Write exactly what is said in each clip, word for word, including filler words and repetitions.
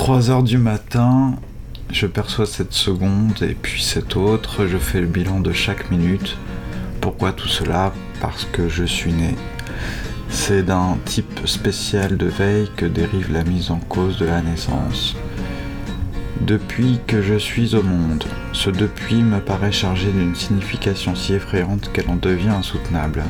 trois heures du matin, je perçois cette seconde et puis cette autre, je fais le bilan de chaque minute. Pourquoi tout cela ? Parce que je suis né. C'est d'un type spécial de veille que dérive la mise en cause de la naissance. Depuis que je suis au monde, ce depuis me paraît chargé d'une signification si effrayante qu'elle en devient insoutenable.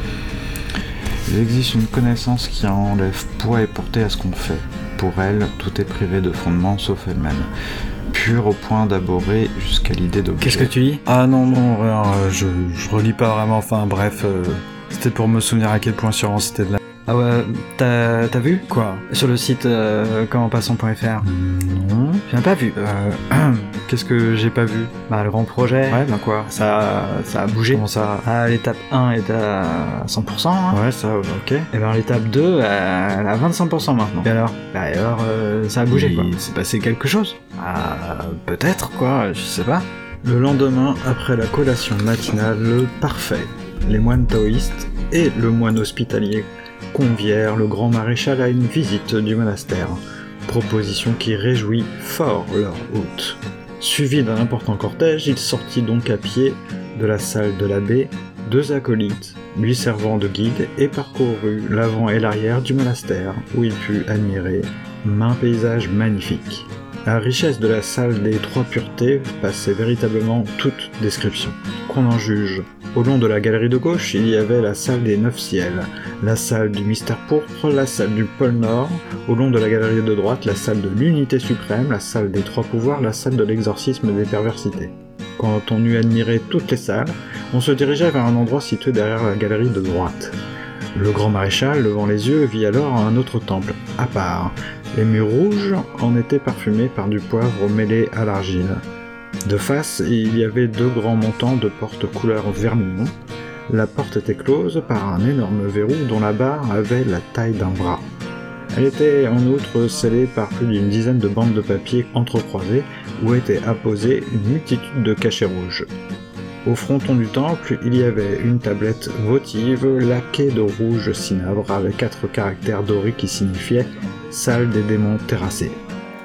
Il existe une connaissance qui enlève poids et portée à ce qu'on fait. Pour elle, tout est privé de fondement sauf elle-même. Pure au point d'aborrer jusqu'à l'idée d'objet. Qu'est-ce que tu dis ? Ah non, non, rien, euh, je, je relis pas vraiment, enfin bref, euh, c'était pour me souvenir à quel point Suran c'était de la... Ah ouais, t'as, t'as vu ? Quoi ? Sur le site euh, commentpassant point f r. Non. Tu n'as pas vu ? Euh, qu'est-ce que j'ai pas vu ? Bah le grand projet, Ouais, ben quoi ? ça, ça a bougé. Comment ça ? Ah, l'étape un est à cent pour cent, hein. Ouais, ça, ok. Et ben l'étape deux, elle a vingt-cinq pour cent maintenant. Et alors ? Bah alors, euh, ça a bougé quoi. Il s'est passé quelque chose ? Ah, peut-être quoi, je sais pas. Le lendemain, après la collation matinale, le parfait, les moines taoïstes et le moine hospitalier convièrent le grand maréchal à une visite du monastère, proposition qui réjouit fort leur hôte. Suivi d'un important cortège, il sortit donc à pied de la salle de l'abbé, deux acolytes, lui servant de guide, et parcourut l'avant et l'arrière du monastère, où il put admirer maints paysages magnifiques. La richesse de la salle des Trois Puretés passait véritablement toute description. Qu'on en juge. Au long de la galerie de gauche, il y avait la salle des Neuf Ciels, la salle du Mystère Pourpre, la salle du pôle Nord. Au long de la galerie de droite, la salle de l'Unité Suprême, la salle des Trois Pouvoirs, la salle de l'exorcisme des perversités. Quand on eut admiré toutes les salles, on se dirigea vers un endroit situé derrière la galerie de droite. Le grand maréchal, levant les yeux, vit alors un autre temple, à part. Les murs rouges en étaient parfumés par du poivre mêlé à l'argile. De face, il y avait deux grands montants de porte couleur vermillon. La porte était close par un énorme verrou dont la barre avait la taille d'un bras. Elle était en outre scellée par plus d'une dizaine de bandes de papier entrecroisées où étaient apposées une multitude de cachets rouges. Au fronton du temple, il y avait une tablette votive laquée de rouge cinabre avec quatre caractères dorés qui signifiaient « Salle des démons terrassés ».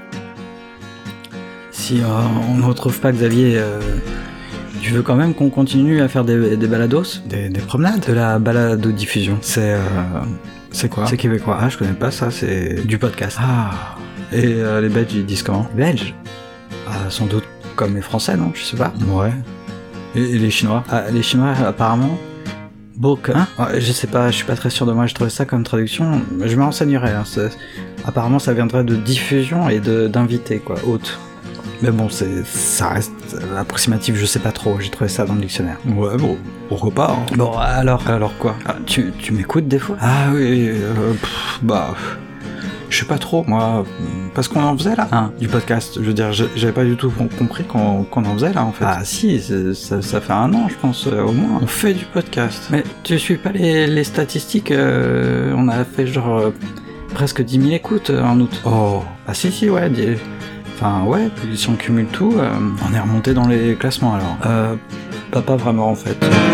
Si euh, on ne retrouve pas Xavier, euh, tu veux quand même qu'on continue à faire des, des balados ? Des, des promenades ? De la balado-diffusion. C'est... Euh, c'est quoi ? C'est québécois. Ah, je connais pas ça, c'est du podcast. Ah. Et euh, les Belges, ils disent comment ? Belges ? Ah, sans doute comme les Français, non ? Je sais pas. Ouais. Et, et les Chinois ? Ah, les Chinois, apparemment... Book, hein ? Ouais, je sais pas, je suis pas très sûr de moi, je trouvais ça comme traduction, je me renseignerai. Hein, apparemment, ça viendrait de diffusion et de, d'invité, quoi, hôte. Mais bon, c'est, ça reste approximatif, je sais pas trop, j'ai trouvé ça dans le dictionnaire. Ouais, bon, pourquoi pas, hein. Bon, alors... Alors quoi ? Ah, tu, tu m'écoutes des fois ? Ah oui, euh, pff, bah... Je sais pas trop, moi, parce qu'on en faisait là, hein, du podcast. Je veux dire, j'avais pas du tout compris qu'on, qu'on en faisait là, en fait. Ah si, ça, ça fait un an, je pense, euh, au moins. On fait du podcast. Mais tu suis pas les, les statistiques, euh, on a fait genre euh, presque dix mille écoutes euh, en août. Oh. Ah si, si, ouais, dix... enfin ouais, puis si on cumule tout... Euh... On est remonté dans les classements alors. Euh, pas, pas vraiment en fait.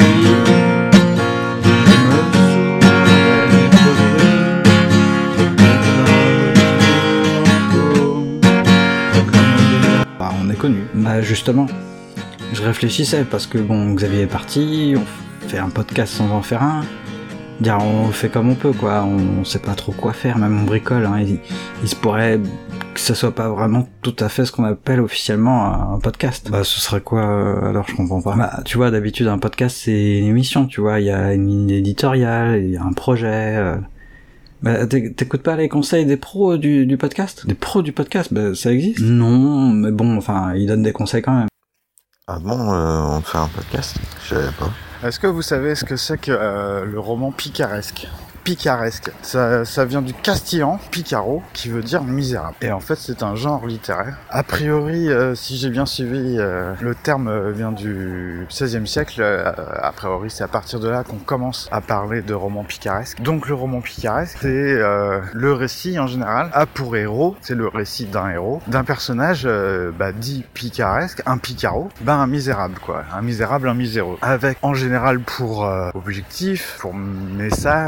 Connu. Bah justement, je réfléchissais parce que bon, Xavier est parti, on fait un podcast sans en faire un. Dire on fait comme on peut quoi, on, on sait pas trop quoi faire, même on bricole. Hein, il, il se pourrait que ce soit pas vraiment tout à fait ce qu'on appelle officiellement un podcast. Bah ce serait quoi euh, alors, je comprends pas. Bah tu vois, d'habitude un podcast c'est une émission, tu vois, il y a une ligne éditoriale, il y a un projet. Euh... Bah, t'écoutes pas les conseils des pros du, du podcast ? Des pros du podcast, bah, ça existe ? Non, mais bon, enfin, ils donnent des conseils quand même. Ah bon, euh, on fait un podcast ? Je savais pas. Est-ce que vous savez ce que c'est que euh, le roman picaresque ? Picaresque, ça, ça vient du castillan, picaro, qui veut dire misérable. Et en fait, c'est un genre littéraire. A priori, euh, si j'ai bien suivi, euh, le terme vient du seizième siècle. Euh, a priori, c'est à partir de là qu'on commence à parler de roman picaresque. Donc, le roman picaresque, c'est euh, le récit en général a pour héros, c'est le récit d'un héros, d'un personnage euh, bah, dit picaresque, un picaro, bah un misérable quoi, un misérable, un miséreux, avec en général pour euh, objectif, pour message, pour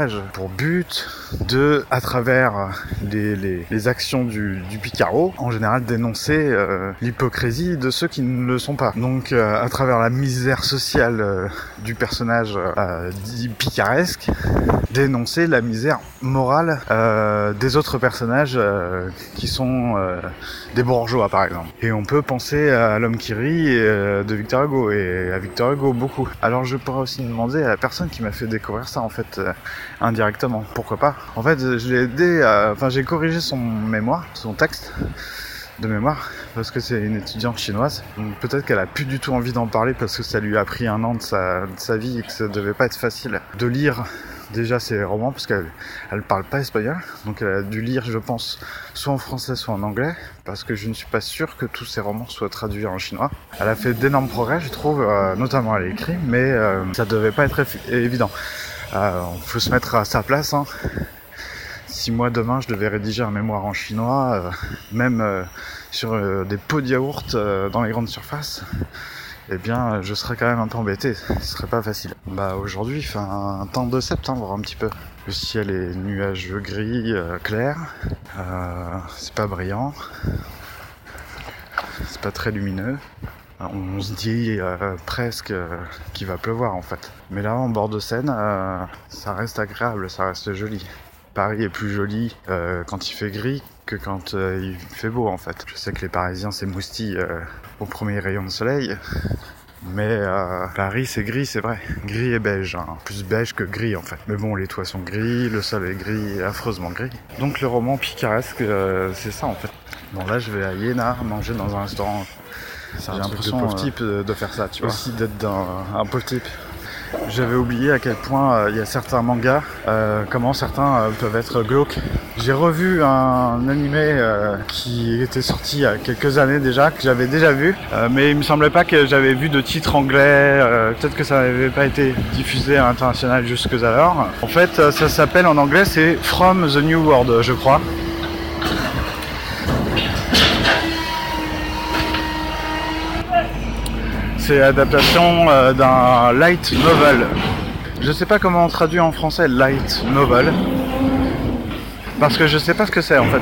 pour but de, à travers les, les, les actions du, du Picaro, en général dénoncer euh, l'hypocrisie de ceux qui ne le sont pas. Donc euh, à travers la misère sociale euh, du personnage euh, dit picaresque, dénoncer la misère morale euh, des autres personnages euh, qui sont euh, des bourgeois par exemple. Et on peut penser à L'homme qui rit euh, de Victor Hugo, et à Victor Hugo beaucoup. Alors je pourrais aussi demander à la personne qui m'a fait découvrir ça en fait euh, indirectement, pourquoi pas. En fait je l'ai aidé, à... enfin j'ai corrigé son mémoire, son texte de mémoire, parce que c'est une étudiante chinoise. Donc peut-être qu'elle a plus du tout envie d'en parler parce que ça lui a pris un an de sa, de sa vie et que ça devait pas être facile de lire déjà ses romans parce qu'elle elle parle pas espagnol, donc elle a dû lire je pense soit en français soit en anglais, parce que je ne suis pas sûr que tous ses romans soient traduits en chinois. Elle a fait d'énormes progrès je trouve, euh, notamment à l'écrit, mais euh, ça devait pas être eff- évident. Euh, on faut se mettre à sa place, hein. Si moi demain je devais rédiger un mémoire en chinois, euh, même euh, sur euh, des pots de yaourt euh, dans les grandes surfaces, eh bien je serais quand même un peu embêté, ce serait pas facile. Bah aujourd'hui il fait un, un temps de septembre un petit peu. Le ciel est nuageux gris, euh, clair, euh, c'est pas brillant, c'est pas très lumineux. On se dit euh, presque euh, qu'il va pleuvoir en fait. Mais là en bord de Seine, euh, ça reste agréable, ça reste joli. Paris est plus joli euh, quand il fait gris que quand euh, il fait beau en fait. Je sais que les Parisiens s'émoustillent euh, au premier rayon de soleil, mais euh, Paris c'est gris, c'est vrai. Gris et beige, hein. Plus beige que gris en fait. Mais bon, les toits sont gris, le sol est gris, affreusement gris. Donc le roman picaresque, euh, c'est ça en fait. Bon là je vais à Iéna manger dans un restaurant. C'est un truc de pauvre type euh, de faire ça, tu vois. Aussi d'être dans un pauvre type. J'avais oublié à quel point il euh, y a certains mangas, euh, comment certains euh, peuvent être glauques. J'ai revu un animé euh, qui était sorti il y a quelques années déjà, que j'avais déjà vu, euh, mais il me semblait pas que j'avais vu de titre anglais, euh, peut-être que ça n'avait pas été diffusé à l'international jusque alors. En fait, euh, ça s'appelle en anglais, c'est From the New World, je crois. C'est l'adaptation euh, d'un light novel. Je sais pas comment on traduit en français light novel, parce que je sais pas ce que c'est en fait.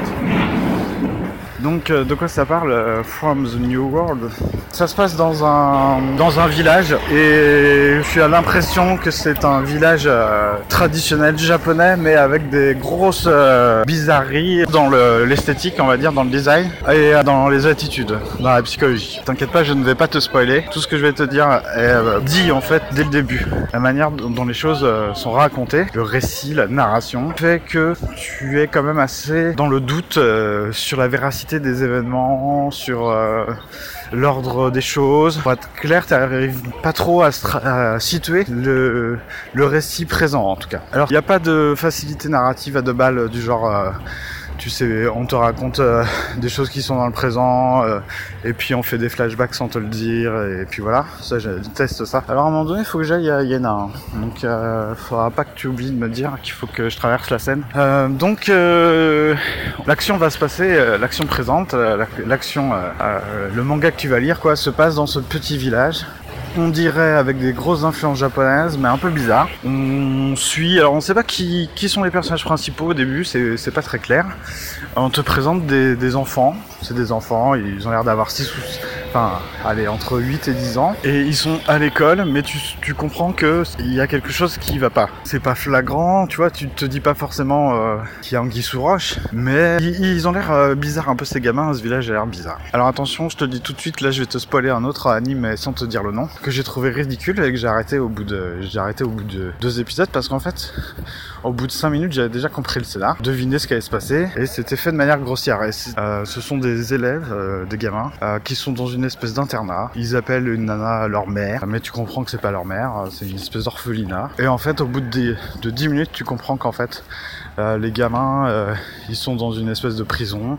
Donc euh, de quoi ça parle, euh, From the New World? Ça se passe dans un dans un village, et je suis à l'impression que c'est un village euh, traditionnel japonais, mais avec des grosses euh, bizarreries dans le, l'esthétique, on va dire, dans le design et euh, dans les attitudes, dans la psychologie. T'inquiète pas, je ne vais pas te spoiler. Tout ce que je vais te dire est euh, dit en fait dès le début. La manière dont les choses euh, sont racontées, le récit, la narration, fait que tu es quand même assez dans le doute euh, sur la véracité des événements, sur euh, l'ordre des choses. Pour être clair, tu n'arrives pas trop à, stra- à situer le, le récit présent en tout cas. Alors, il n'y a pas de facilité narrative à deux balles du genre... Euh, tu sais, on te raconte euh, des choses qui sont dans le présent, euh, et puis on fait des flashbacks sans te le dire, et puis voilà, ça je déteste ça. Alors à un moment donné, il faut que j'aille à Iéna, hein. Donc euh, faudra pas que tu oublies de me dire qu'il faut que je traverse la Seine. Euh, donc euh, l'action va se passer, euh, l'action présente, euh, l'action, euh, euh, le manga que tu vas lire quoi, se passe dans ce petit village. On dirait avec des grosses influences japonaises, mais un peu bizarre. On suit, alors on sait pas qui, qui sont les personnages principaux au début, c'est, c'est pas très clair. On te présente des, des enfants, c'est des enfants, ils ont l'air d'avoir six ou... Enfin, allez, entre huit et dix ans. Et ils sont à l'école, mais tu, tu comprends que il y a quelque chose qui va pas. C'est pas flagrant, tu vois, tu te dis pas forcément euh, qu'il y a anguille sous roche, mais ils, ils ont l'air euh, bizarres un peu ces gamins, ce village a l'air bizarre. Alors attention, je te le dis tout de suite, là je vais te spoiler un autre anime sans te dire le nom, que j'ai trouvé ridicule et que j'ai arrêté au bout de j'ai arrêté au bout de deux épisodes parce qu'en fait, au bout de cinq minutes, j'avais déjà compris le scénar, deviné ce qui allait se passer, et c'était fait de manière grossière. Et euh, ce sont des élèves, euh, des gamins, euh, qui sont dans une espèce d'internat. Ils appellent une nana leur mère, mais tu comprends que c'est pas leur mère, c'est une espèce d'orphelinat. Et en fait, au bout de, de dix minutes, tu comprends qu'en fait, euh, les gamins, euh, ils sont dans une espèce de prison,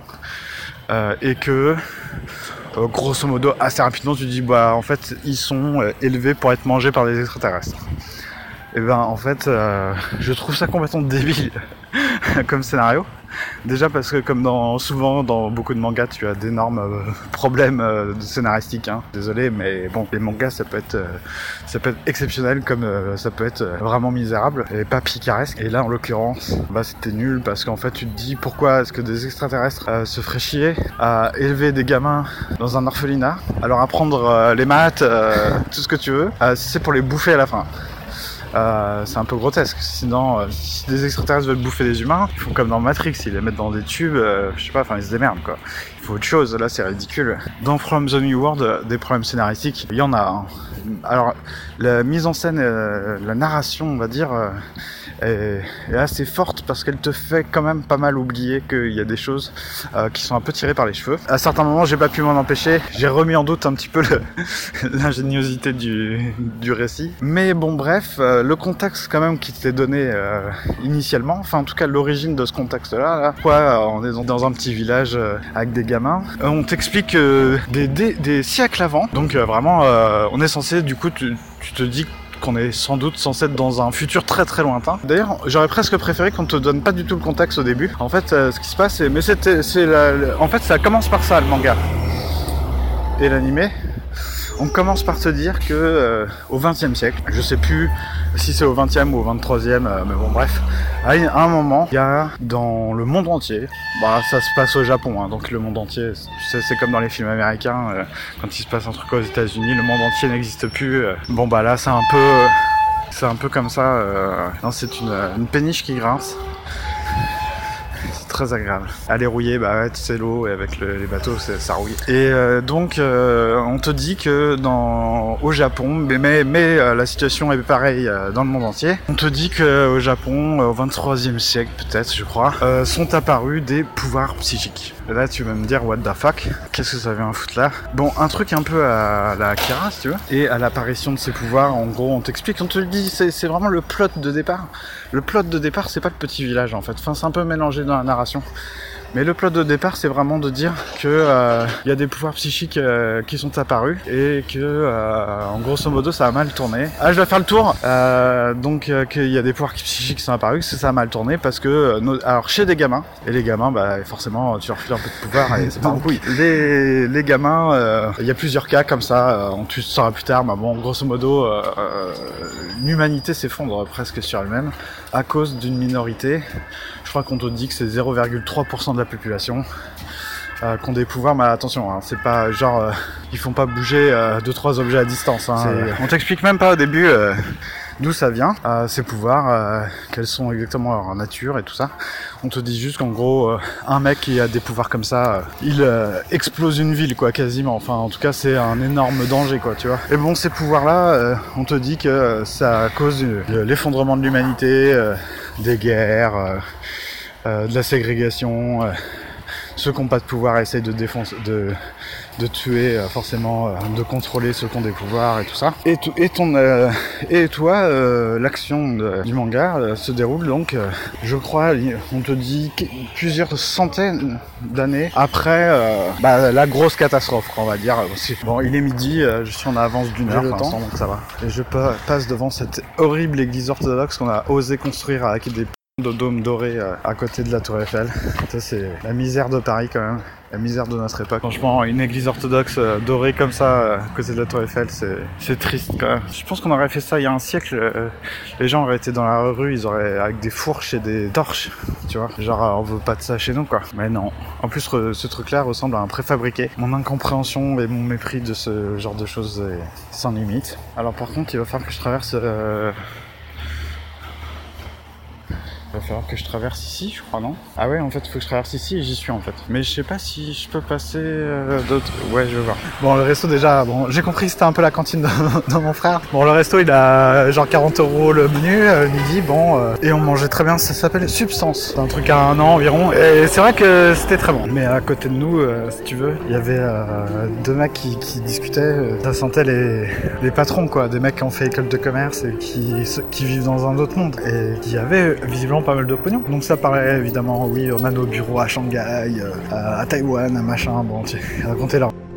euh, et que, euh, grosso modo, assez rapidement, tu te dis, bah, en fait, ils sont euh, élevés pour être mangés par des extraterrestres. Et ben en fait, euh, je trouve ça complètement débile comme scénario. Déjà parce que comme dans, souvent dans beaucoup de mangas, tu as d'énormes euh, problèmes euh, de scénaristique. Hein. Désolé, mais bon, les mangas ça peut être, euh, ça peut être exceptionnel comme euh, ça peut être euh, vraiment misérable et pas picaresque. Et là, en l'occurrence, bah c'était nul parce qu'en fait, tu te dis pourquoi est-ce que des extraterrestres euh, se feraient chier à élever des gamins dans un orphelinat, à leur apprendre euh, les maths, euh, tout ce que tu veux, euh, si c'est pour les bouffer à la fin. Euh, c'est un peu grotesque, sinon euh, si des extraterrestres veulent bouffer des humains, ils font comme dans Matrix, ils les mettent dans des tubes, euh, je sais pas, enfin ils se démerdent quoi. Il faut autre chose, là c'est ridicule. Dans From the New World, euh, des problèmes scénaristiques, il y en a. Hein. Alors la mise en scène, euh, la narration on va dire, euh, est, est assez forte parce qu'elle te fait quand même pas mal oublier qu'il y a des choses euh, qui sont un peu tirées par les cheveux. À certains moments j'ai pas pu m'en empêcher, j'ai remis en doute un petit peu le, l'ingéniosité du, du récit. Mais bon bref, euh, le contexte quand même qui t'est donné euh, initialement, enfin en tout cas l'origine de ce contexte-là, là, quoi, euh, on est dans un petit village euh, avec des gamins, euh, on t'explique euh, des, des, des siècles avant, donc euh, vraiment euh, on est censé, du coup tu, tu te dis qu'on est sans doute censé être dans un futur très très lointain. D'ailleurs, j'aurais presque préféré qu'on te donne pas du tout le contexte au début. En fait, euh, ce qui se passe, c'est, mais c'était, c'est la, la, en fait, ça commence par ça, le manga et l'animé. On commence par te dire que euh, au vingtième siècle, je sais plus si c'est au vingtième ou au vingt-troisième, euh, mais bon bref, à un moment, il y a dans le monde entier, bah ça se passe au Japon, hein, donc le monde entier, tu sais, c'est comme dans les films américains, euh, quand il se passe un truc aux États-Unis, le monde entier n'existe plus. Euh, bon bah là, c'est un peu, c'est un peu comme ça. Euh, non, c'est une, une péniche qui grince. Très agréable. Aller rouiller, bah ouais, tu sais, l'eau et avec le, les bateaux, c'est, ça rouille. Et euh, donc, euh, on te dit que dans au Japon, mais, mais, mais euh, la situation est pareille euh, dans le monde entier. On te dit que au Japon, euh, au vingt-troisième siècle peut-être, je crois, euh, sont apparus des pouvoirs psychiques. Et là, tu vas me dire, what the fuck, qu'est-ce que ça vient foutre là? Bon, un truc un peu à la Akira, si tu veux. Et à l'apparition de ces pouvoirs, en gros, on t'explique, on te le dit, c'est, c'est vraiment le plot de départ. Le plot de départ, c'est pas le petit village en fait. Enfin, c'est un peu mélangé dans la narration. Mais le plot de départ, c'est vraiment de dire que euh, y a des pouvoirs psychiques euh, qui sont apparus et que, euh, en grosso modo, ça a mal tourné. Ah, je vais faire le tour. Euh, donc, euh, qu'il y a des pouvoirs psychiques qui sont apparus, que ça a mal tourné parce que, euh, nos... alors, chez des gamins, et les gamins, bah, forcément, tu leur files un peu de pouvoir et c'est pas un couille. Les, les gamins, il euh, y a plusieurs cas comme ça. Euh, on tu sauras plus tard, mais bon, grosso modo, euh, euh, l'humanité s'effondre presque sur elle-même à cause d'une minorité. Je crois qu'on te dit que c'est zéro virgule trois pour cent de la population euh, qui ont des pouvoirs, mais attention, hein, c'est pas genre euh, ils font pas bouger euh, deux trois objets à distance. Hein, euh, on t'explique même pas au début euh, d'où ça vient, euh, ces pouvoirs, euh, quelles sont exactement leur nature et tout ça. On te dit juste qu'en gros, euh, un mec qui a des pouvoirs comme ça, euh, il euh, explose une ville, quoi, quasiment. Enfin, en tout cas, c'est un énorme danger, quoi, tu vois. Et bon, ces pouvoirs-là, euh, on te dit que euh, ça cause de l'effondrement de l'humanité, euh, des guerres, euh, euh, de la ségrégation. Euh, ceux qui n'ont pas de pouvoir essayent de défoncer, de de tuer euh, forcément, euh, de contrôler ceux qui ont des pouvoirs et tout ça. Et, t- et, ton, euh, et toi, euh, l'action de, du manga euh, se déroule donc, euh, je crois, on te dit plusieurs centaines d'années après euh, bah, la grosse catastrophe, on va dire. Bon, il est midi, euh, je suis en avance d'une heure pour l'instant, donc ça va. Et je passe devant cette horrible église orthodoxe qu'on a osé construire avec des de dômes dorés euh, à côté de la Tour Eiffel. Ça, c'est la misère de Paris quand même. La misère de notre époque. Franchement, une église orthodoxe euh, dorée comme ça, euh, à côté de la Tour Eiffel, c'est, c'est triste quand même. Je pense qu'on aurait fait ça il y a un siècle. Euh, les gens auraient été dans la rue, ils auraient, avec des fourches et des torches, tu vois. Genre, euh, on veut pas de ça chez nous, quoi. Mais non. En plus, re, ce truc-là ressemble à un préfabriqué. Mon incompréhension et mon mépris de ce genre de choses est sans limite. Alors, par contre, il va falloir que je traverse... Euh, Il va falloir que je traverse ici, je crois, non? Ah ouais, en fait, il faut que je traverse ici et j'y suis, en fait. Mais je sais pas si je peux passer euh, d'autres... Ouais, je vais voir. Bon, le resto, déjà, bon, j'ai compris que c'était un peu la cantine de, de mon frère. Bon, le resto, il a genre quarante euros le menu, euh, midi, bon... Euh, et on mangeait très bien, ça s'appelle Substance. C'est un truc à un an environ. Et c'est vrai que c'était très bon. Mais à côté de nous, euh, si tu veux, il y avait euh, deux mecs qui, qui discutaient. Ça sentait les, les patrons, quoi. Des mecs qui ont fait école de commerce et qui, qui vivent dans un autre monde. Et qui avaient, visiblement, pas mal de pognon. Donc ça paraît évidemment, oui, on a nos bureaux à Shanghai, euh, à Taïwan, à machin, bon, tu racontez leur...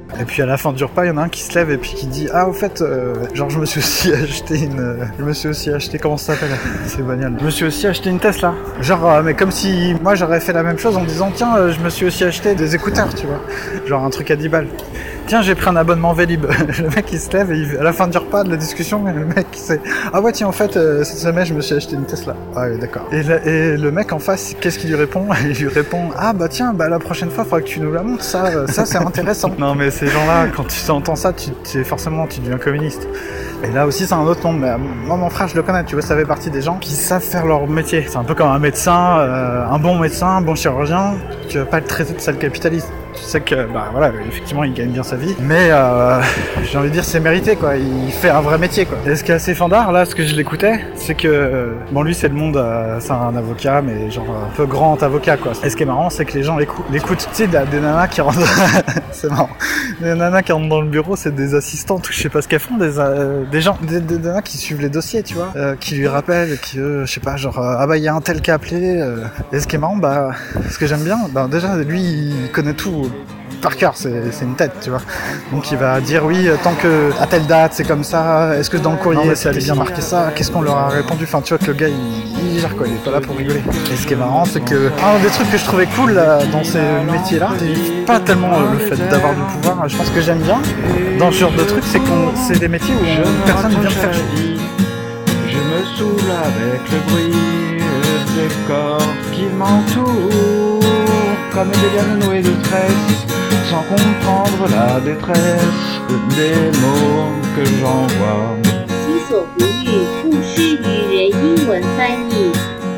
Et puis à la fin du repas, il y en a un qui se lève et puis qui dit ah au fait, euh, genre je me suis aussi acheté une, euh, je me suis aussi acheté comment ça s'appelle ces bagnoles. Je me suis aussi acheté une Tesla. Genre euh, mais comme si moi j'aurais fait la même chose en disant tiens euh, je me suis aussi acheté des écouteurs, tu vois, genre un truc à dix balles. Tiens j'ai pris un abonnement Vélib. Le mec il se lève et il, à la fin du repas de la discussion, le mec il sait ah ouais tiens en fait euh, cette semaine je me suis acheté une Tesla. Ah ouais d'accord. Et, la, et le mec en face qu'est-ce qu'il lui répond? Il lui répond ah bah tiens bah la prochaine fois faudra que tu nous la montres, ça euh, ça c'est intéressant. Non mais ces gens-là quand tu entends ça tu c'est forcément tu deviens communiste. Et là aussi c'est un autre monde, mais euh, moi mon frère je le connais, tu vois, ça fait partie des gens qui savent faire leur métier. C'est un peu comme un médecin, euh, un bon médecin, un bon chirurgien, tu vas pas le traiter de sale capitaliste. Tu sais que, bah voilà, effectivement il gagne bien sa vie, mais euh, j'ai envie de dire c'est mérité quoi, il fait un vrai métier quoi. Et ce qui est assez fandard là, ce que je l'écoutais, c'est que, euh, bon lui c'est le monde, euh, c'est un avocat, mais genre un peu grand avocat quoi. Et ce qui est marrant c'est que les gens l'écoutent, l'écoutent. Tu sais, des nanas qui rentrent, c'est marrant, des nanas qui rentrent dans le bureau, c'est des assistantes ou je sais pas ce qu'elles font, des, euh, des gens, des, des nanas qui suivent les dossiers, tu vois, euh, qui lui rappellent, qui euh, je sais pas, genre euh, ah bah il y a un tel qui a appelé, euh. Et ce qui est marrant, bah ce que j'aime bien, bah déjà lui il connaît tout par cœur, c'est, c'est une tête, tu vois. Donc il va dire oui, tant que à telle date c'est comme ça, est-ce que dans le courrier ça allait bien marquer ça, qu'est-ce qu'on leur a répondu, enfin tu vois que le gars il, il gère quoi, il est pas là pour rigoler. Et ce qui est marrant c'est que un des trucs que je trouvais cool là, dans ces métiers là, c'est pas tellement euh, le fait d'avoir du pouvoir, je pense que j'aime bien dans ce genre de trucs, c'est qu'on c'est des métiers où on, personne ne vient faire chier. Je me saoule avec le bruit des corps qui m'entourent, comme des lianes nouées de stress, sans comprendre la détresse des mots que j'envoie. 己所不欲，勿施于人。英文翻译。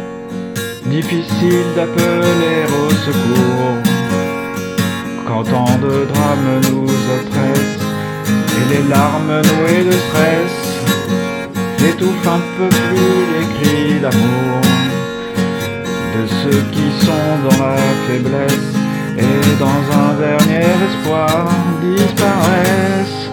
Difficile d'appeler au secours quand tant de drames nous oppressent et les larmes nouées de stress étouffent un peu plus les cris d'amour de ceux qui sont dans la faiblesse et dans un dernier espoir disparaissent.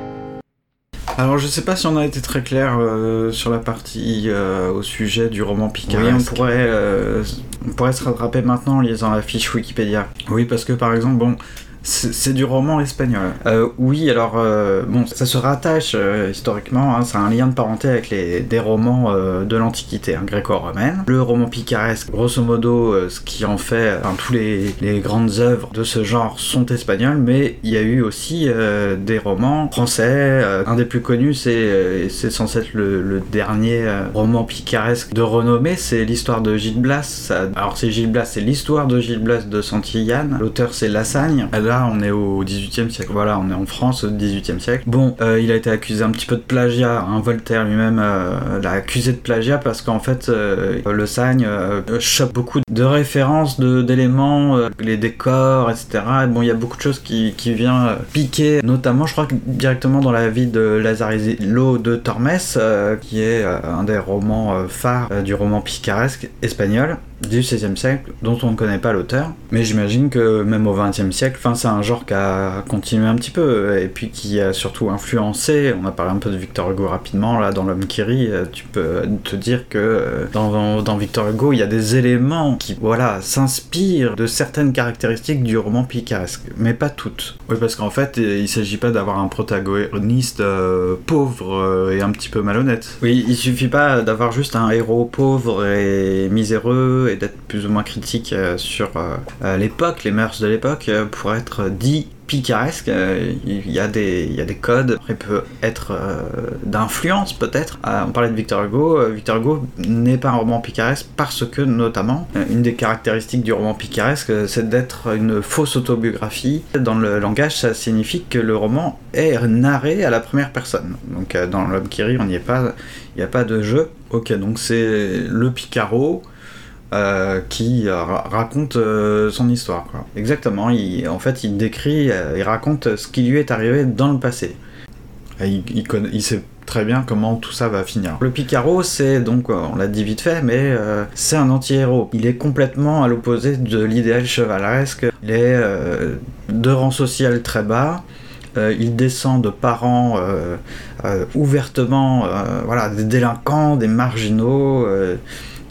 Alors je sais pas si on a été très clair euh, sur la partie euh, au sujet du roman picaresque. Oui, on pourrait, euh, on pourrait se rattraper maintenant en lisant la fiche Wikipédia. Oui, parce que par exemple, bon, c'est, c'est du roman espagnol. Euh, oui, alors, euh, bon, ça se rattache euh, historiquement, hein, c'est un lien de parenté avec les, des romans euh, de l'Antiquité, hein, gréco-romaine. Le roman picaresque, grosso modo, euh, ce qui en fait, enfin, tous les, les grandes œuvres de ce genre sont espagnoles, mais il y a eu aussi euh, des romans français. Euh, un des plus connus, c'est, euh, c'est censé être le, le dernier euh, roman picaresque de renommée, c'est l'histoire de Gil Blas. Ça, alors c'est Gil Blas, c'est l'histoire de Gil Blas de Santillane. L'auteur, c'est Lassagne. Là, on est au dix-huitième siècle. Voilà, on est en France au dix-huitième siècle. Bon, euh, il a été accusé un petit peu de plagiat. Hein. Voltaire lui-même euh, l'a accusé de plagiat parce qu'en fait, euh, Le Sagne euh, chope beaucoup de références, de, d'éléments, euh, les décors, et cetera. Bon, il y a beaucoup de choses qui, qui viennent euh, piquer, notamment, je crois que directement dans la vie de Lazarillo de Tormes, euh, qui est euh, un des romans euh, phares euh, du roman picaresque espagnol du seizième siècle, dont on ne connaît pas l'auteur. Mais j'imagine que même au vingtième siècle, enfin, c'est un genre qui a continué un petit peu, et puis qui a surtout influencé. On a parlé un peu de Victor Hugo rapidement, là, dans L'Homme qui rit. Tu peux te dire que dans, dans Victor Hugo, il y a des éléments qui, voilà, s'inspirent de certaines caractéristiques du roman picaresque, mais pas toutes. Oui, parce qu'en fait, il s'agit pas d'avoir un protagoniste euh, pauvre euh, et un petit peu malhonnête. Oui, il suffit pas d'avoir juste un héros pauvre et miséreux et d'être plus ou moins critique euh, sur euh, l'époque, les mœurs de l'époque, euh, pour être dit picaresque. Euh, il y a des il y a des codes, il peut être euh, d'influence peut-être. Euh, on parlait de Victor Hugo. Euh, Victor Hugo n'est pas un roman picaresque parce que notamment euh, une des caractéristiques du roman picaresque, euh, c'est d'être une fausse autobiographie. Dans le langage, ça signifie que le roman est narré à la première personne. Donc euh, dans L'Homme qui rit, on n'y est pas, il n'y a pas de jeu. Ok, donc c'est le Picaro. Euh, qui euh, raconte euh, son histoire, quoi. Exactement, il, en fait il décrit, euh, il raconte ce qui lui est arrivé dans le passé. Et il, il, connaît, il sait très bien comment tout ça va finir. Le Picaro, c'est donc, on l'a dit vite fait, mais euh, c'est un anti-héros. Il est complètement à l'opposé de l'idéal chevaleresque. Il est euh, de rang social très bas. Euh, il descend de parents euh, euh, ouvertement, euh, voilà, des délinquants, des marginaux. Euh,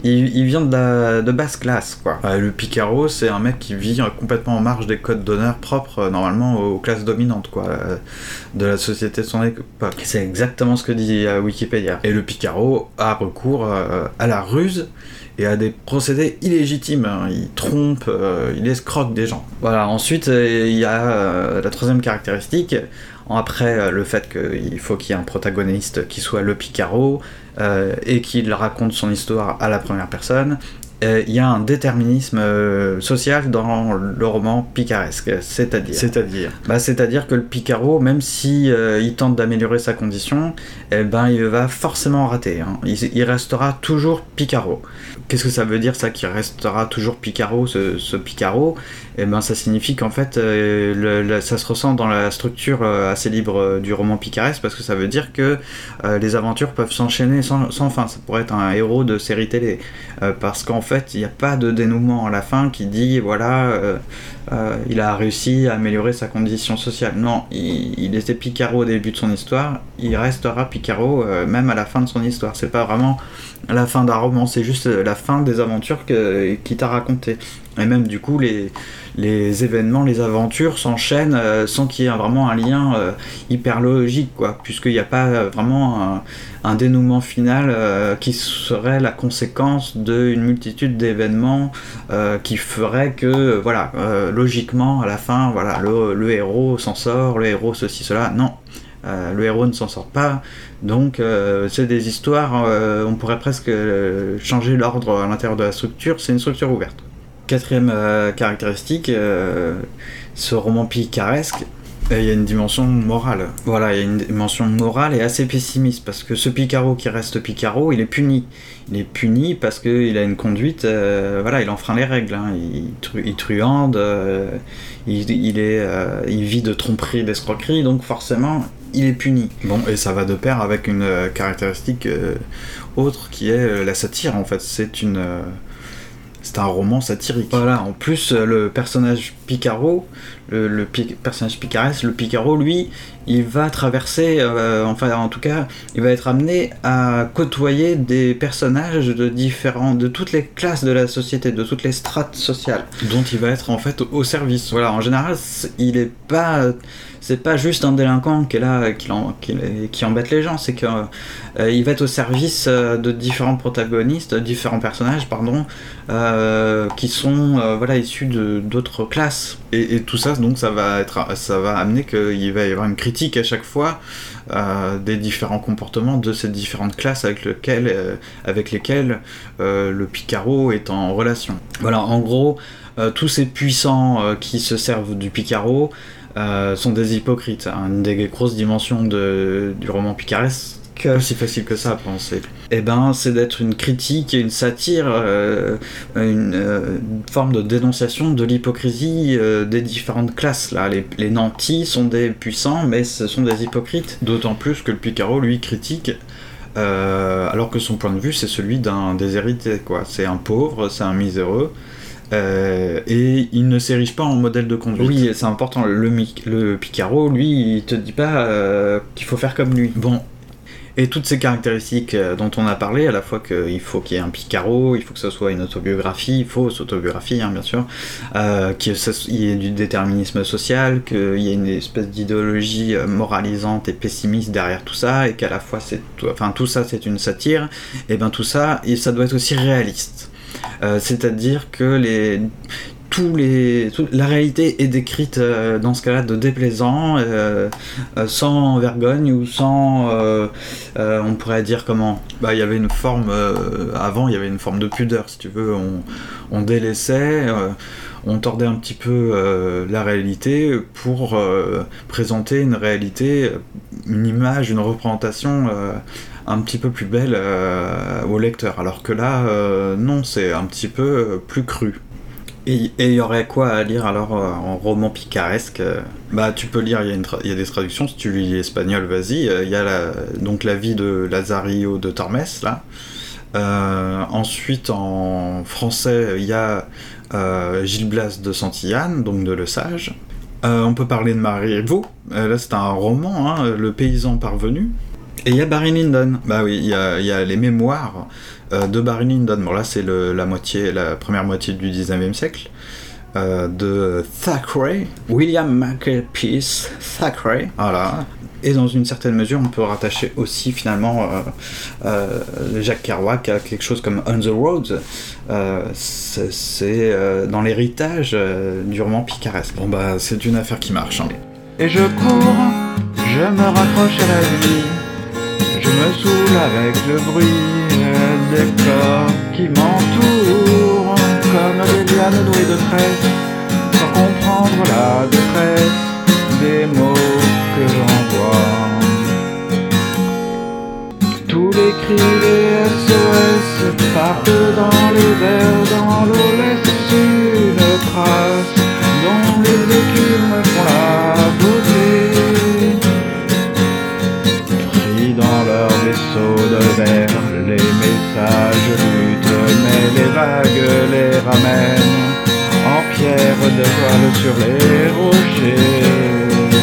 il, il vient de, la, de basse classe, quoi. Euh, le Picaro, c'est un mec qui vit complètement en marge des codes d'honneur propres, euh, normalement, aux classes dominantes, quoi, euh, de la société de son époque. C'est exactement ce que dit euh, Wikipédia. Et le Picaro a recours euh, à la ruse et à des procédés illégitimes. Il trompe, euh, il escroque des gens. Voilà, ensuite, euh, il y a euh, la troisième caractéristique. Après, euh, le fait qu'il faut qu'il y ait un protagoniste qui soit le Picaro euh, et qu'il raconte son histoire à la première personne. Il y a un déterminisme euh, social dans le roman picaresque, c'est-à-dire C'est-à-dire bah, c'est-à-dire que le Picaro, même si euh, il tente d'améliorer sa condition, eh ben, il va forcément rater. Hein. Il, il restera toujours Picaro. Qu'est-ce que ça veut dire, ça, qu'il restera toujours Picaro, ce, ce Picaro ? Eh ben, ça signifie qu'en fait, euh, le, le, ça se ressent dans la structure euh, assez libre euh, du roman picaresque, parce que ça veut dire que euh, les aventures peuvent s'enchaîner sans, sans fin. Ça pourrait être un héros de série télé, euh, parce qu'en fait, En fait, il n'y a pas de dénouement à la fin qui dit voilà, euh, euh, il a réussi à améliorer sa condition sociale. Non, il, il était Picaro au début de son histoire, il restera Picaro euh, même à la fin de son histoire. C'est pas vraiment la fin d'un roman, c'est juste la fin des aventures que, qu'il t'a racontées. Et même du coup, les, les événements, les aventures s'enchaînent euh, sans qu'il y ait vraiment un lien euh, hyper logique, quoi, puisqu'il n'y a pas euh, vraiment un, un dénouement final euh, qui serait la conséquence d'une multitude d'événements euh, qui ferait que, euh, voilà, euh, logiquement, à la fin, voilà, le, le héros s'en sort, le héros ceci, cela. Non, euh, le héros ne s'en sort pas. Donc, euh, c'est des histoires, euh, on pourrait presque euh, changer l'ordre à l'intérieur de la structure, c'est une structure ouverte. Quatrième euh, caractéristique, euh, ce roman picaresque, il euh, y a une dimension morale. Voilà, il y a une dimension morale et assez pessimiste, parce que ce Picaro qui reste Picaro, il est puni. Il est puni parce qu'il a une conduite, euh, voilà, il enfreint les règles, hein. il, tru- il truande, euh, il, il, est, euh, il vit de tromperie, d'escroquerie, donc forcément, il est puni. Bon, et ça va de pair avec une euh, caractéristique euh, autre qui est euh, la satire, en fait. C'est une... Euh, C'est un roman satirique. Voilà, en plus, le personnage Picaro, le, le pi- personnage picaresque, le Picaro, lui, il va traverser, euh, enfin, en tout cas, il va être amené à côtoyer des personnages de différents, de toutes les classes de la société, de toutes les strates sociales, dont il va être, en fait, au service. Voilà, en général, il est pas... C'est pas juste un délinquant qui est là, qui, en, qui, qui embête les gens, c'est qu'il euh, va être au service euh, de différents protagonistes, de différents personnages, pardon, euh, qui sont euh, voilà, issus de, d'autres classes. Et, et tout ça, donc, ça va, être, ça va amener qu'il va y avoir une critique à chaque fois euh, des différents comportements de ces différentes classes avec, lequel, euh, avec lesquelles euh, le Picaro est en relation. Voilà, en gros, euh, tous ces puissants euh, qui se servent du Picaro Euh, sont des hypocrites. Une des grosses dimensions de, du roman picaresque, pas si facile que ça à penser, et ben, c'est d'être une critique et une satire, euh, une, euh, une forme de dénonciation de l'hypocrisie euh, des différentes classes. Là. Les, les nantis sont des puissants, mais ce sont des hypocrites. D'autant plus que le Picaro, lui, critique, euh, alors que son point de vue, c'est celui d'un déshérité, quoi. C'est un pauvre, c'est un miséreux. Euh, et il ne s'érige pas en modèle de conduite. Oui, c'est important. Le, le Picaro, lui, il te dit pas euh, qu'il faut faire comme lui. Bon. Et toutes ces caractéristiques dont on a parlé, à la fois qu'il faut qu'il y ait un Picaro, il faut que ce soit une autobiographie, il faut cette autobiographie, hein, bien sûr, euh, qu'il y ait du déterminisme social, qu'il y ait une espèce d'idéologie moralisante et pessimiste derrière tout ça, et qu'à la fois, c'est tout, enfin, tout ça, c'est une satire, et bien tout ça, et ça doit être aussi réaliste. Euh, c'est-à-dire que les, tous les, tout, la réalité est décrite euh, dans ce cas-là de déplaisant, euh, euh, sans vergogne ou sans, euh, euh, on pourrait dire comment, bah il y avait une forme, euh, avant il y avait une forme de pudeur si tu veux, on, on délaissait, euh, on tordait un petit peu euh, la réalité pour euh, présenter une réalité, une image, une représentation euh, un petit peu plus belle euh, au lecteur, alors que là, euh, non, c'est un petit peu plus cru. Et il y aurait quoi à lire alors euh, en roman picaresque euh, Bah tu peux lire, il y, tra- y a des traductions, si tu lis espagnol, vas-y, il euh, y a la, donc la vie de Lazarillo de Tormes, là. Euh, ensuite, en français, il y a euh, Gil Blas de Santillane, donc de Le Sage. Euh, on peut parler de Marivaux, euh, là c'est un roman, hein, Le paysan parvenu. Et il y a Barry Lyndon. Bah oui, il y a, il y a les mémoires euh, de Barry Lyndon. Bon là c'est le, la moitié, la première moitié du dix-neuvième siècle. Euh, de Thackeray, William Makepeace Thackeray, voilà. Et dans une certaine mesure, on peut rattacher aussi finalement euh, euh, Jack Kerouac à quelque chose comme On the Road. Euh, c'est c'est euh, dans l'héritage euh, du roman picaresque. Bon bah c'est une affaire qui marche. Hein. Et je cours, je me raccroche à la vie, je me saoule avec le bruit des corps qui m'entourent, comme des lianes nouées de tresse, sans comprendre la détresse des mots que j'envoie. Tous les cris des S O S partent dans les airs, dans l'eau laissent une trace dont les écumes font la beauté. Pris dans leur vaisseau de verre, les messages luttent, mais les vagues les ramènent en pierre de toile sur les rochers.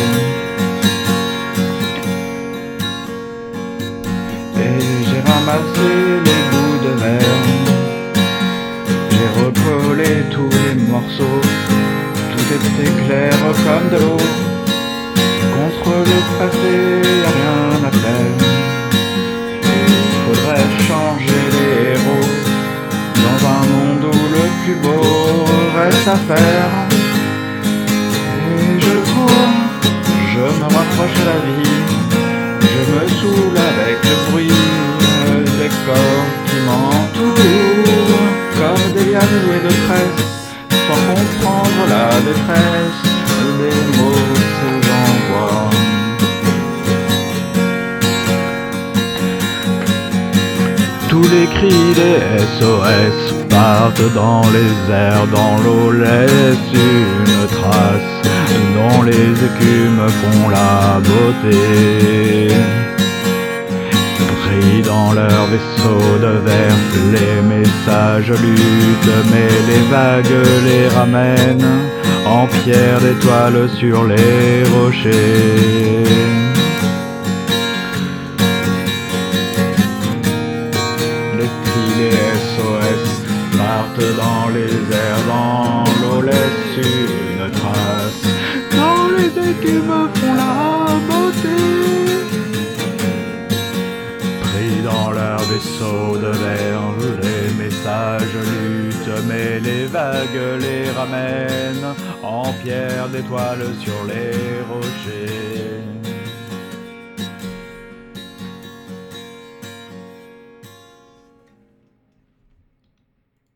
Et j'ai ramassé les bouts de verre, j'ai recollé tous les morceaux, tout était clair comme de l'eau. Contre le passé, y'a rien à faire. Il faudrait changer les héros dans un monde où le plus beau reste à faire. Et je cours, je me rapproche à la vie, je me saoule avec le bruit des corps qui m'entourent, comme des lianes nouées de tresse, sans comprendre la détresse des mots que j'envoie. Tous les cris des S O S partent dans les airs, dans l'eau laissent une trace, dont les écumes font la beauté. Pris dans leur vaisseau de verre, les messages luttent, mais les vagues les ramènent en pierre d'étoiles sur les rochers. Les cris des S O S partent dans les airs, dans l'eau laissent une trace, dans les écumes font la beauté. Pris dans leur vaisseau de verre, les messages luttent, mais les vagues les ramènent en pierre d'étoiles sur les rochers.